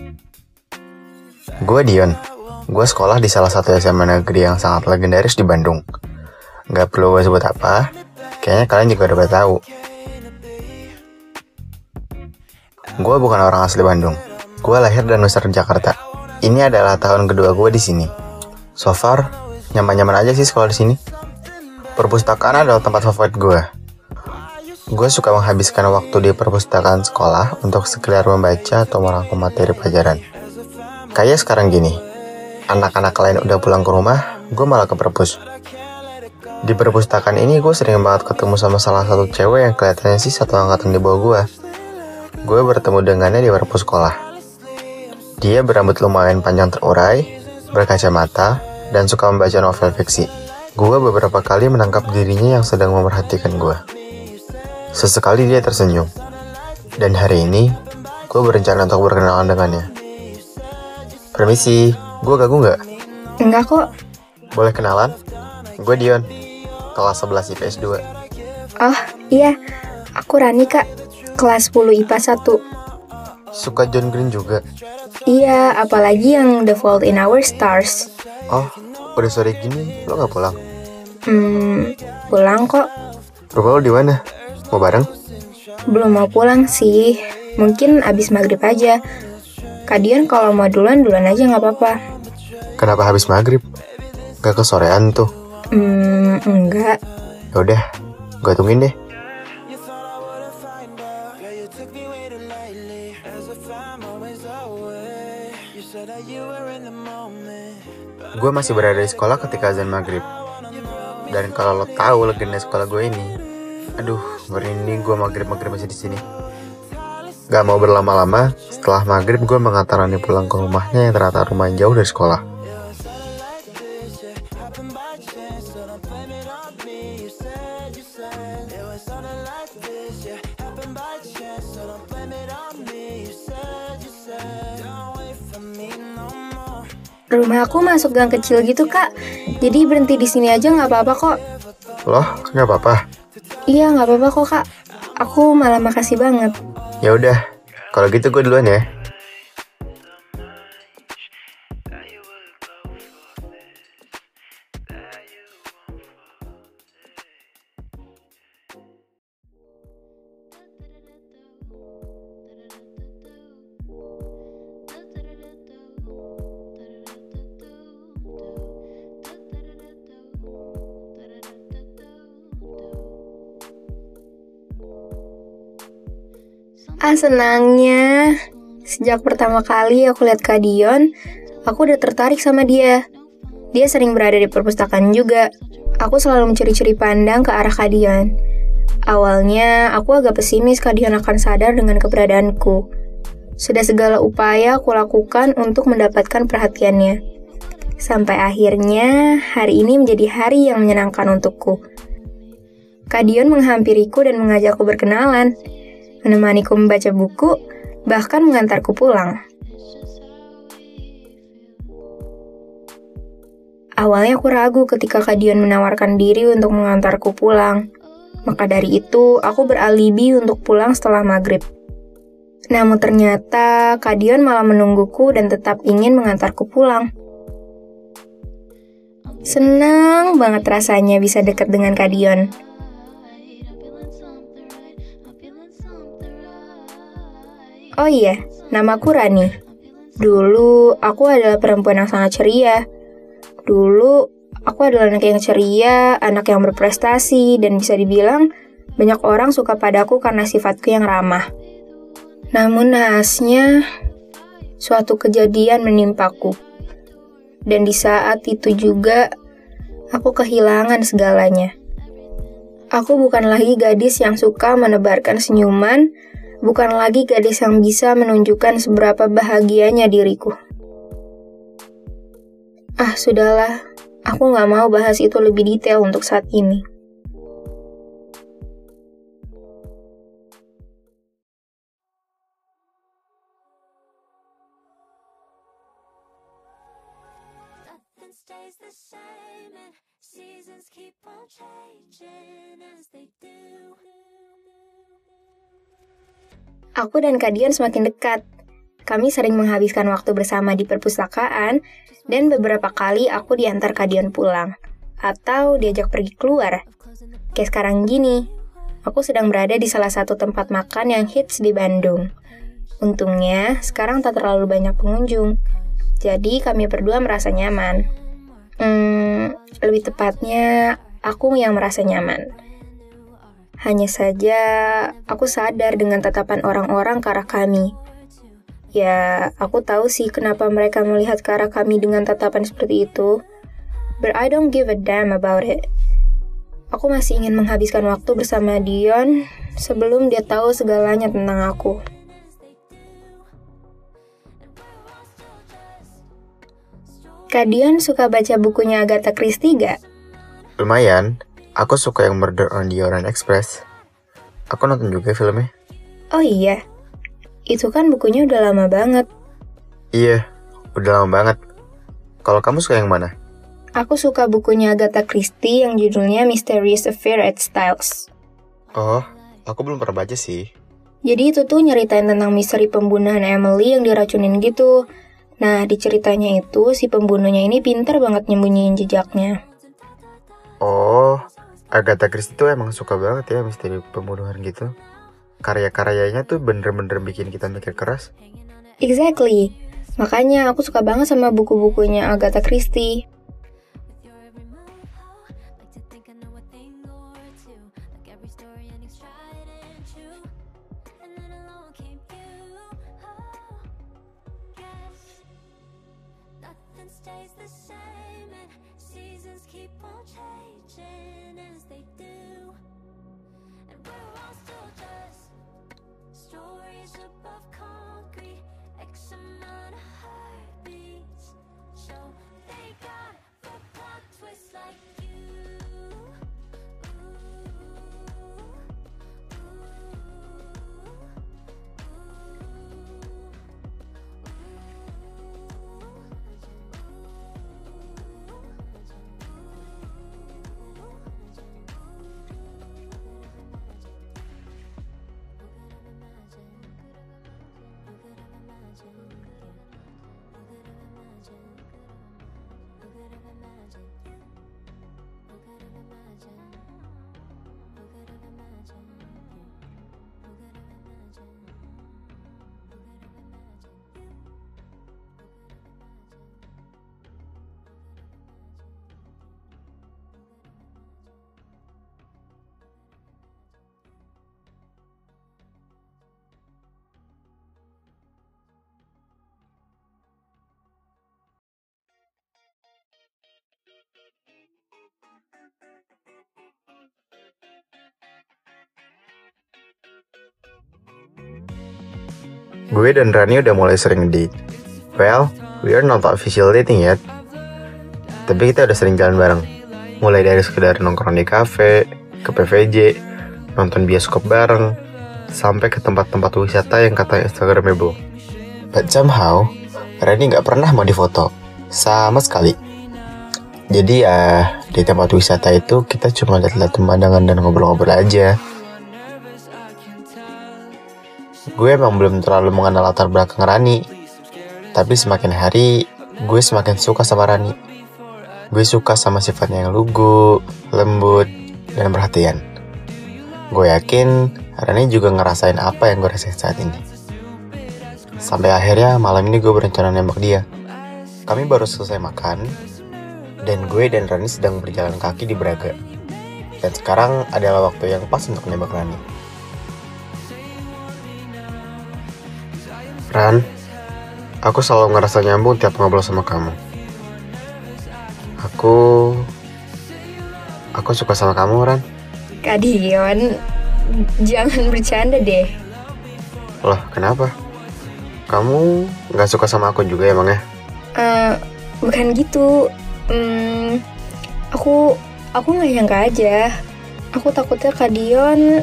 Gue Dion. Gue sekolah di salah satu SMA negeri yang sangat legendaris di Bandung. Gak perlu gue sebut apa, kayaknya kalian juga udah pada tahu. Gue bukan orang asli Bandung. Gue lahir dan besar di Jakarta. Ini adalah tahun kedua gue di sini. So far, nyaman-nyaman aja sih sekolah di sini. Perpustakaan adalah tempat favorit gue. Gue suka menghabiskan waktu di perpustakaan sekolah untuk sekedar membaca atau merangkum materi pelajaran. Kayak sekarang gini, anak-anak lain udah pulang ke rumah, gue malah ke perpus. Di perpustakaan ini gue sering banget ketemu sama salah satu cewek yang kelihatannya sih satu angkatan di bawah gue. Gue bertemu dengannya di perpus sekolah. Dia berambut lumayan panjang terurai, berkacamata, dan suka membaca novel fiksi. Gue beberapa kali menangkap dirinya yang sedang memerhatikan gue. Sesekali dia tersenyum. Dan hari ini, gue berencana untuk berkenalan dengannya. Permisi, gue ganggu nggak? Enggak kok. Boleh kenalan? Gue Dion, kelas 11 IPS 2. Oh iya, aku Rani kak, kelas 10 IPA 1. Suka John Green juga? Iya, apalagi yang The Fault in Our Stars. Oh, udah sore gini, lo nggak pulang? Pulang kok. Rumah lo di mana? Mau bareng? Belum mau pulang sih, mungkin abis maghrib aja. Kak Dion kalau mau duluan aja nggak apa-apa. Kenapa habis maghrib? Gak kesorean tuh? Enggak. Yaudah, gue tungguin deh. Gue masih berada di sekolah ketika azan maghrib. Dan kalau lo tahu legenda sekolah gue ini, aduh, merinding gue maghrib masih di sini. Gak mau berlama-lama, setelah maghrib gue mengantar Rani pulang ke rumahnya yang ternyata lumayan jauh dari sekolah. Rumah aku masuk gang kecil gitu kak, jadi berhenti di sini aja nggak apa-apa kok. Loh, gak apa-apa? Iya nggak apa-apa kok kak, aku malah makasih banget. Ya udah, kalau gitu gue duluan ya. Senangnya. Sejak pertama kali aku lihat Kak Dion, aku udah tertarik sama dia. Dia sering berada di perpustakaan juga. Aku selalu mencuri-curi pandang ke arah Kak Dion. Awalnya, aku agak pesimis Kak Dion akan sadar dengan keberadaanku. Sudah segala upaya aku lakukan untuk mendapatkan perhatiannya. Sampai akhirnya, hari ini menjadi hari yang menyenangkan untukku. Kak Dion menghampiriku dan mengajakku berkenalan, menemaniku membaca buku, bahkan mengantarku pulang. Awalnya aku ragu ketika Kak Dion menawarkan diri untuk mengantarku pulang. Maka dari itu, aku beralibi untuk pulang setelah maghrib. Namun ternyata, Kak Dion malah menungguku dan tetap ingin mengantarku pulang. Senang banget rasanya bisa dekat dengan Kak Dion. Oh iya, namaku Rani. Dulu, aku adalah perempuan yang sangat ceria. Dulu, aku adalah anak yang ceria, anak yang berprestasi, dan bisa dibilang banyak orang suka padaku karena sifatku yang ramah. Namun nahasnya, suatu kejadian menimpaku. Dan di saat itu juga, aku kehilangan segalanya. Aku bukan lagi gadis yang suka menebarkan senyuman, bukan lagi gadis yang bisa menunjukkan seberapa bahagianya diriku. Sudahlah. Aku gak mau bahas itu lebih detail untuk saat ini. Aku dan Kak Dion semakin dekat. Kami sering menghabiskan waktu bersama di perpustakaan, dan beberapa kali aku diantar Kak Dion pulang, atau diajak pergi keluar. Kayak sekarang gini, aku sedang berada di salah satu tempat makan yang hits di Bandung. Untungnya, sekarang tak terlalu banyak pengunjung, jadi kami berdua merasa nyaman. Lebih tepatnya, aku yang merasa nyaman. Hanya saja, aku sadar dengan tatapan orang-orang ke arah kami. Ya, aku tahu sih kenapa mereka melihat ke arah kami dengan tatapan seperti itu. But I don't give a damn about it. Aku masih ingin menghabiskan waktu bersama Dion sebelum dia tahu segalanya tentang aku. Kak Dion suka baca bukunya Agatha Christie gak? Lumayan, aku suka yang Murder on the Orient Express. Aku nonton juga filmnya. Oh iya, itu kan bukunya udah lama banget. Iya, udah lama banget. Kalau kamu suka yang mana? Aku suka bukunya Agatha Christie yang judulnya Mysterious Affair at Styles. Oh, aku belum pernah baca sih. Jadi itu tuh nyeritain tentang misteri pembunuhan Emily yang diracunin gitu. Nah, di ceritanya itu si pembunuhnya ini pintar banget nyembunyiin jejaknya. Oh, Agatha Christie tuh emang suka banget ya misteri pembunuhan gitu. Karya-karyanya tuh bener-bener bikin kita mikir keras. Exactly. Makanya aku suka banget sama buku-bukunya Agatha Christie. Gue dan Rani udah mulai sering date. Well, we are not official dating yet. Tapi kita udah sering jalan bareng. Mulai dari sekedar nongkrong di kafe, ke PVJ, nonton bioskop bareng, sampai ke tempat-tempat wisata yang katanya Instagramable. But somehow, Rani gak pernah mau difoto. Sama sekali. Jadi ya, di tempat wisata itu kita cuma lihat-lihat pemandangan dan ngobrol-ngobrol aja. Gue emang belum terlalu mengenal latar belakang Rani. Tapi semakin hari, gue semakin suka sama Rani. Gue suka sama sifatnya yang lugu, lembut, dan perhatian. Gue yakin Rani juga ngerasain apa yang gue rasain saat ini. Sampai akhirnya malam ini gue berencana nembak dia. Kami baru selesai makan, dan gue dan Rani sedang berjalan kaki di Braga. Dan sekarang adalah waktu yang pas untuk nembak Rani. Ran, aku selalu ngerasa nyambung tiap ngobrol sama kamu. Aku suka sama kamu, Ran. Kak Dion, jangan bercanda deh. Loh, kenapa? Kamu gak suka sama aku juga emangnya? Bukan gitu. Aku gak nyangka aja. Aku takutnya Kak Dion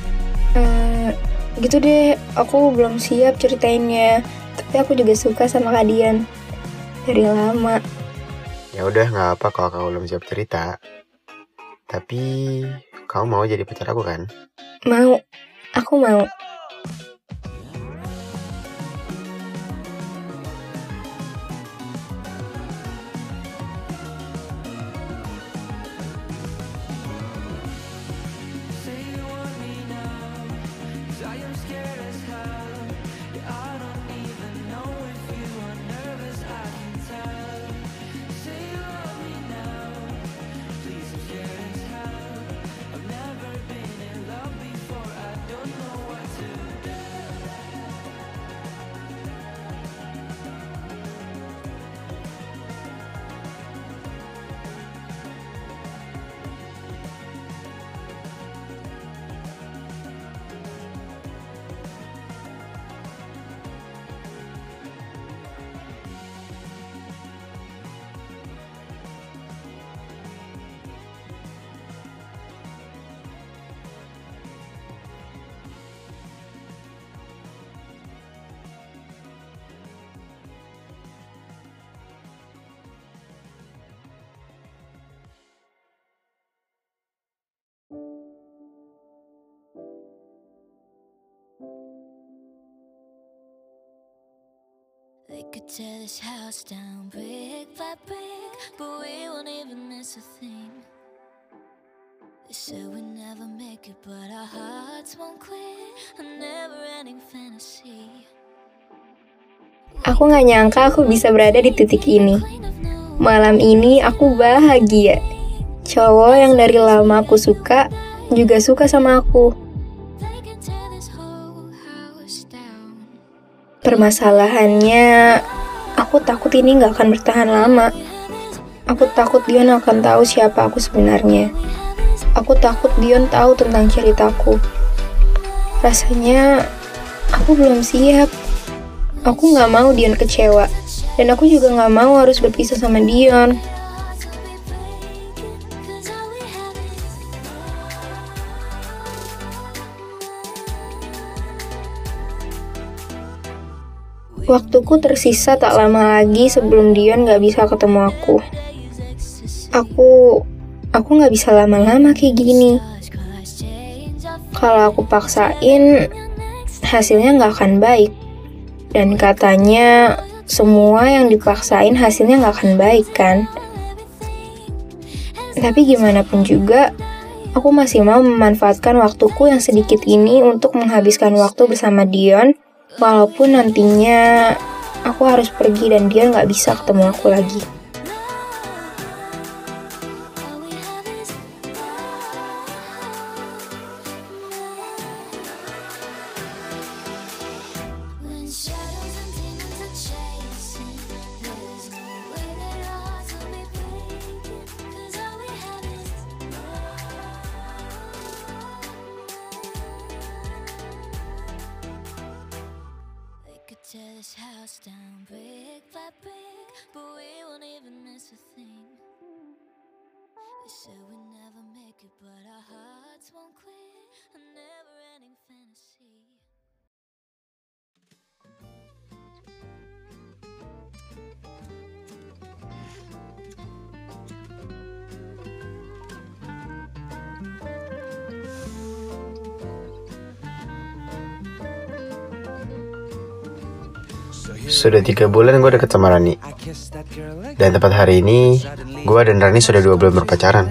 gitu deh, aku belum siap ceritainnya. Tapi aku juga suka sama Kak Dion dari lama. Ya udah, nggak apa kalau kamu belum siap cerita. Tapi kamu mau jadi pacar aku kan? Mau, aku mau. could tear this house down brick by brick, but we won't even miss a thing. They said we never make it, but our hearts won't quit. A never-ending fantasy. Aku gak nyangka aku bisa berada di titik ini. Malam ini aku bahagia. Cowok yang dari lama aku suka juga suka sama aku. Permasalahannya, aku takut ini gak akan bertahan lama. Aku takut Dion akan tahu siapa aku sebenarnya. Aku takut Dion tahu tentang ceritaku. Rasanya, aku belum siap. Aku gak mau Dion kecewa. Dan aku juga gak mau harus berpisah sama Dion. Waktuku tersisa tak lama lagi sebelum Dion gak bisa ketemu aku. Aku gak bisa lama-lama kayak gini. Kalau aku paksain, hasilnya gak akan baik. Dan katanya, semua yang dipaksain hasilnya gak akan baik kan? Tapi gimana pun juga, aku masih mau memanfaatkan waktuku yang sedikit ini untuk menghabiskan waktu bersama Dion. Walaupun nantinya aku harus pergi dan dia gak bisa ketemu aku lagi. Tear this house down brick by brick, but we won't even miss a thing. They said we never make it, but our hearts won't quit. A never-ending fantasy. Sudah 3 bulan gue deket sama Rani. Dan tepat hari ini, gue dan Rani sudah 2 bulan berpacaran.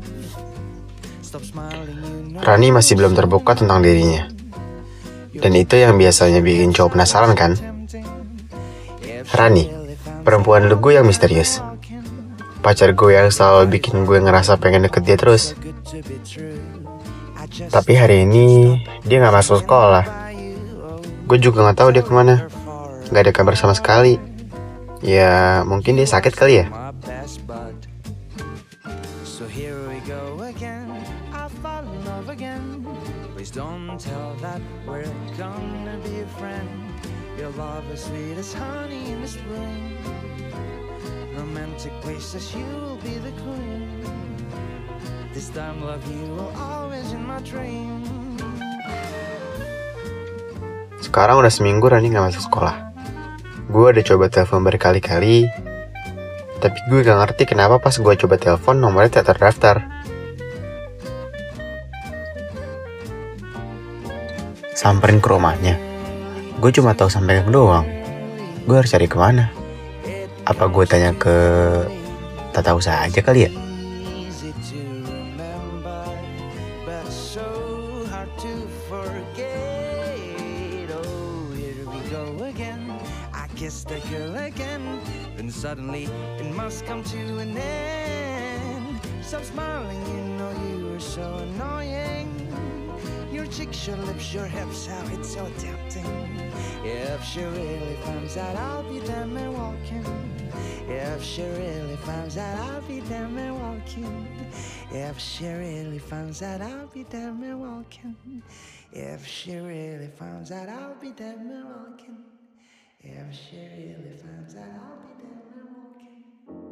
Rani masih belum terbuka tentang dirinya. Dan itu yang biasanya bikin cowok penasaran kan? Rani, perempuan lu gue yang misterius. Pacar gue yang selalu bikin gue ngerasa pengen deket dia terus. Tapi hari ini, dia gak masuk sekolah. Gue juga gak tahu dia kemana. Gak ada kabar sama sekali. Ya mungkin dia sakit kali ya. Sekarang udah seminggu Rani gak masuk sekolah. Gue udah coba telepon berkali-kali, tapi gue gak ngerti kenapa pas gue coba telepon nomornya tak terdaftar. Samperin ke rumahnya, gue cuma tahu sampai doang. Gue harus cari kemana? Apa gue tanya ke tata usaha aja kali ya? Kiss the girl again, then suddenly it must come to an end. Stop smiling, you know you are so annoying. Your cheeks, your lips, your hips, how it's so tempting. If she really finds out, I'll be damn and walking. If she really finds out, I'll be damn and walking. If she really finds out, I'll be damn and walking. If she really finds out, I'll be damn and walking. If she really finds out, I'll be damn and walking.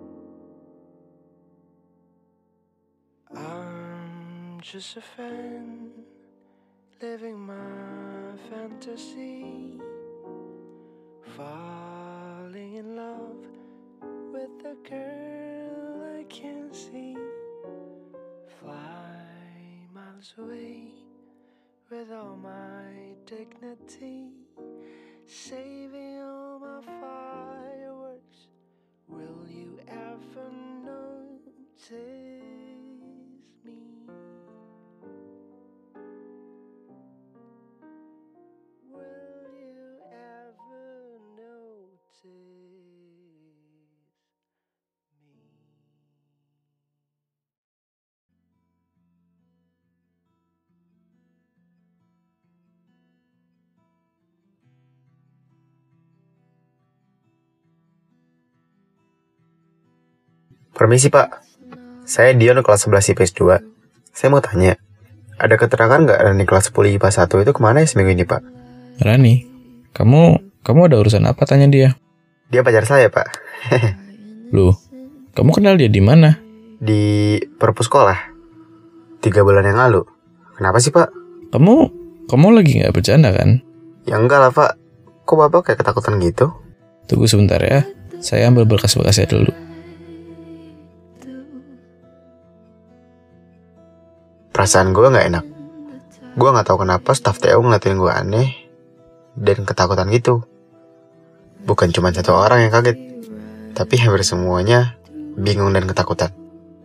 I'm just a fan, living my fantasy, falling in love with a girl I can't see. Fly miles away with all my dignity, saving all my fight. me? Will you ever notice me? Permisi Pak, saya Dion kelas 11 IPS 2. Saya mau tanya, ada keterangan nggak Rani kelas 10 IPA 1 itu kemana ya seminggu ini Pak? Rani, kamu ada urusan apa, tanya dia? Dia pacar saya Pak. Loh, kamu kenal dia di mana? Di perpus sekolah 3 bulan yang lalu. Kenapa sih Pak? Kamu lagi nggak bercanda kan? Ya enggak lah Pak. Kok Bapak kayak ketakutan gitu? Tunggu sebentar ya, saya ambil berkas-berkasnya dulu. Perasaan gue nggak enak. Gue nggak tahu kenapa staf TU ngeliatin gue aneh dan ketakutan gitu. Bukan cuma satu orang yang kaget, tapi hampir semuanya bingung dan ketakutan.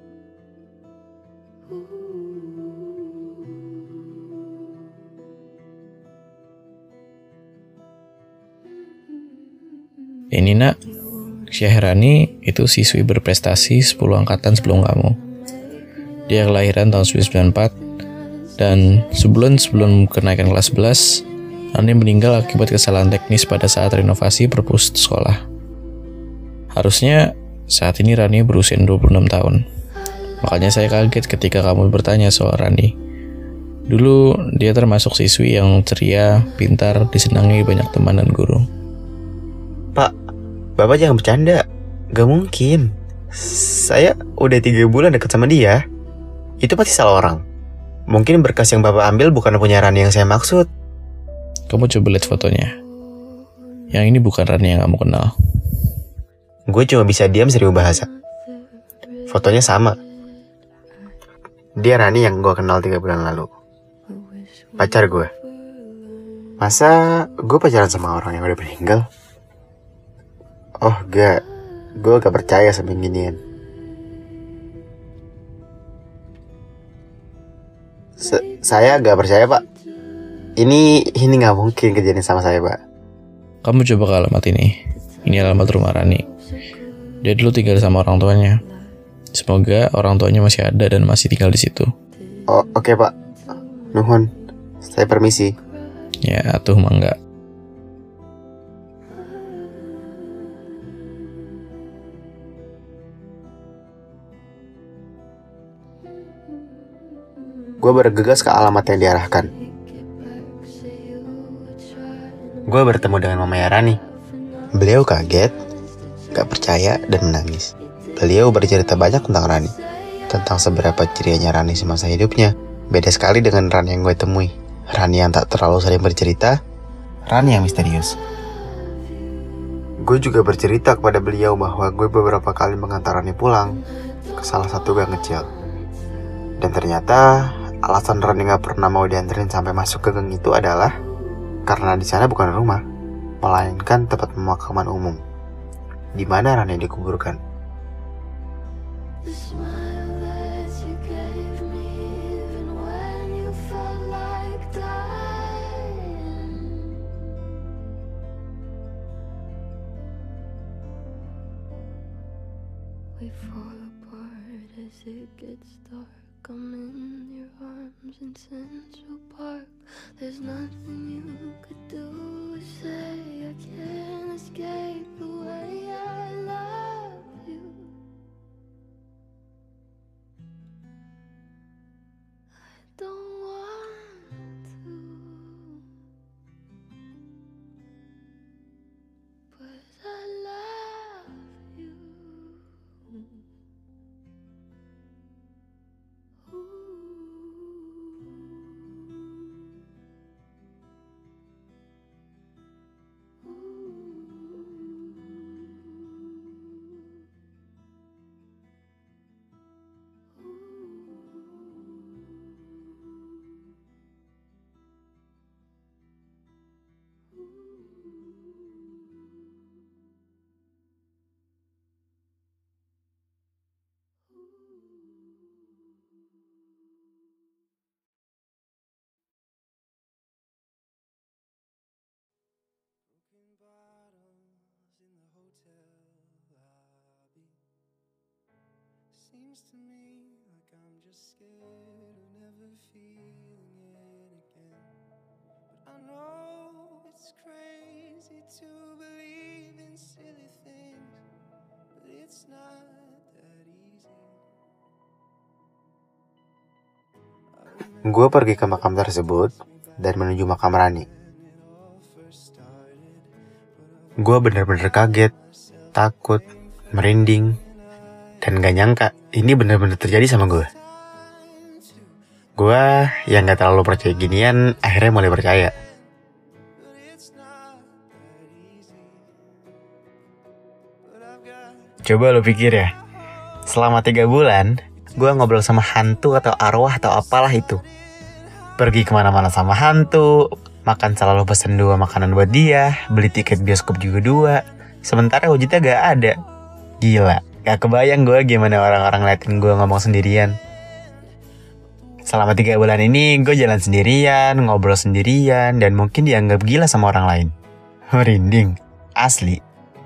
Ini nak, Syahrani itu siswi berprestasi 10 angkatan sebelum kamu. Dia kelahiran tahun 1994 dan sebulan sebelum kenaikan kelas 11, Rani meninggal akibat kesalahan teknis pada saat renovasi perpus sekolah. Harusnya saat ini Rani berusia 26 tahun. Makanya saya kaget ketika kamu bertanya soal Rani. Dulu dia termasuk siswi yang ceria, pintar, disenangi banyak teman dan guru. Pak, Bapak jangan bercanda. Gak mungkin. Saya udah 3 bulan deket sama dia. Itu pasti salah orang. Mungkin berkas yang Bapak ambil bukan punya Rani yang saya maksud. Kamu coba lihat fotonya. Yang ini bukan Rani yang kamu kenal. Gue cuma bisa diam 1000 bahasa. Fotonya sama. Dia Rani yang gue kenal 3 bulan lalu. Pacar gue. Masa gue pacaran sama orang yang udah meninggal? Oh gak, gue gak percaya sama ginian. Saya gak percaya Pak. Ini gak mungkin kejadian sama saya Pak. Kamu coba ke alamat ini. Ini alamat rumah Rani. Dia dulu tinggal sama orang tuanya. Semoga orang tuanya masih ada dan masih tinggal di situ. Oh oke Pak. Nuhun. Saya permisi. Ya, atuh mangga. Gue bergegas ke alamat yang diarahkan. Gue bertemu dengan mamanya Rani. Beliau kaget, gak percaya dan menangis. Beliau bercerita banyak tentang Rani, tentang seberapa cerianya Rani semasa hidupnya. Beda sekali dengan Rani yang gue temui. Rani yang tak terlalu sering bercerita, Rani yang misterius. Gue juga bercerita kepada beliau bahwa gue beberapa kali mengantar Rani pulang ke salah satu gang kecil. Dan ternyata alasan Rani gak pernah mau dianterin sampai masuk ke gang itu adalah karena di sana bukan rumah, melainkan tempat pemakaman umum, di mana Rani dikuburkan. We fall apart as it gets dark. I'm in your arms in Central Park. There's nothing you could do or say. I can't escape the way I love you. I don't want to, but I love you. Seems to me like I'm just scared of never feeling it again. But I know it's crazy to believe in silly things, but it's not that easy. Gue pergi ke makam tersebut dan menuju makam Rani. Gue bener-bener kaget, takut, merinding, dan gak nyangka ini bener-bener terjadi sama gue. Gue yang gak terlalu percaya ginian akhirnya mulai percaya. Coba lo pikir ya, selama 3 bulan gue ngobrol sama hantu atau arwah atau apalah itu. Pergi kemana-mana sama hantu, makan selalu pesen 2 makanan buat dia, beli tiket bioskop juga 2. Sementara wujudnya gak ada. Gila, gak kebayang gue gimana orang-orang ngeliatin gue ngomong sendirian. Selama 3 bulan ini gue jalan sendirian, ngobrol sendirian, dan mungkin dianggap gila sama orang lain. Merinding, asli.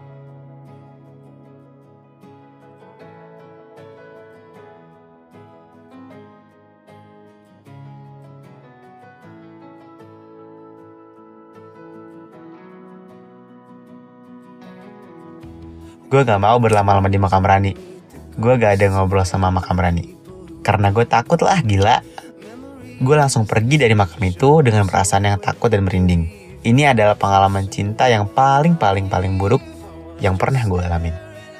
Gue gak mau berlama-lama di makam Rani. Gue gak ada ngobrol sama makam Rani. Karena gue takut lah, gila. Gue langsung pergi dari makam itu dengan perasaan yang takut dan merinding. Ini adalah pengalaman cinta yang paling buruk yang pernah gue alamin.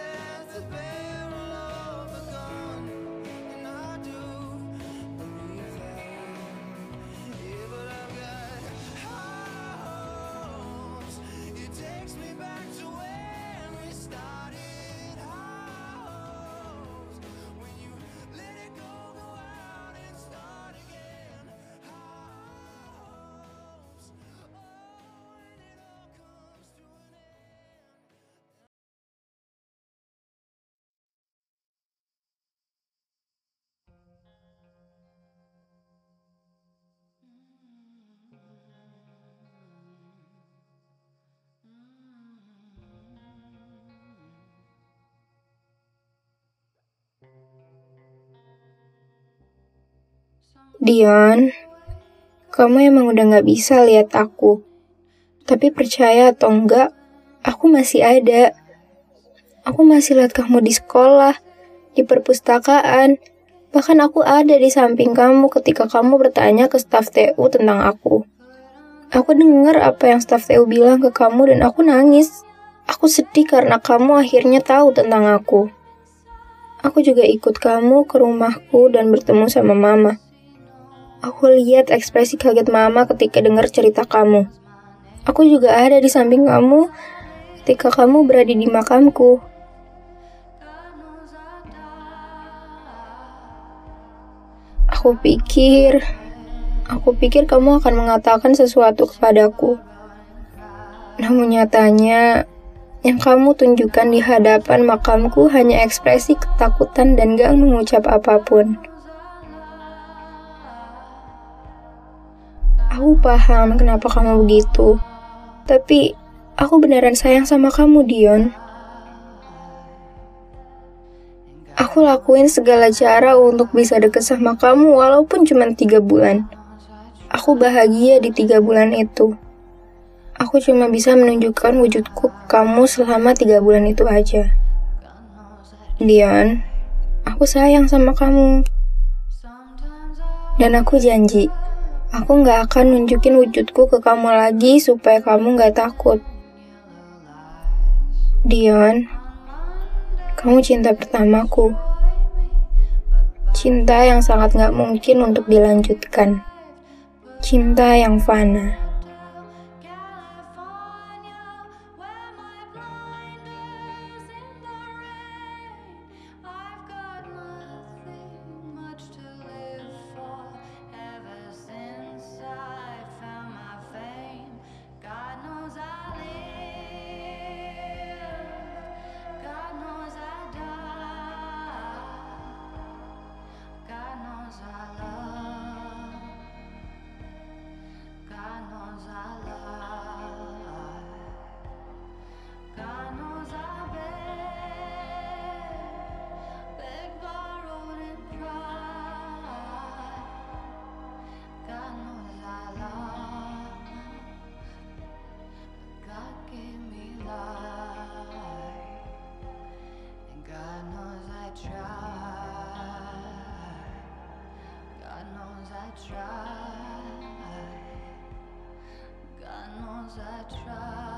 Dion, kamu emang udah gak bisa lihat aku. Tapi percaya atau enggak, aku masih ada. Aku masih lihat kamu di sekolah, di perpustakaan. Bahkan aku ada di samping kamu ketika kamu bertanya ke staf TU tentang aku. Aku dengar apa yang staf TU bilang ke kamu dan aku nangis. Aku sedih karena kamu akhirnya tahu tentang aku. Aku juga ikut kamu ke rumahku dan bertemu sama mama. Aku lihat ekspresi kaget mama ketika dengar cerita kamu. Aku juga ada di samping kamu ketika kamu berada di makamku. Aku pikir kamu akan mengatakan sesuatu kepadaku. Namun nyatanya, yang kamu tunjukkan di hadapan makamku hanya ekspresi ketakutan dan gak mengucap apapun. Aku paham kenapa kamu begitu. Tapi, aku beneran sayang sama kamu, Dion. Aku lakuin segala cara untuk bisa deket sama kamu walaupun cuma 3 bulan. Aku bahagia di 3 bulan itu. Aku cuma bisa menunjukkan wujudku ke kamu selama 3 bulan itu aja. Dion, aku sayang sama kamu. Dan aku janji, aku gak akan nunjukin wujudku ke kamu lagi supaya kamu gak takut. Dion, kamu cinta pertamaku. Cinta yang sangat gak mungkin untuk dilanjutkan. Cinta yang fana. God knows try. God knows I try.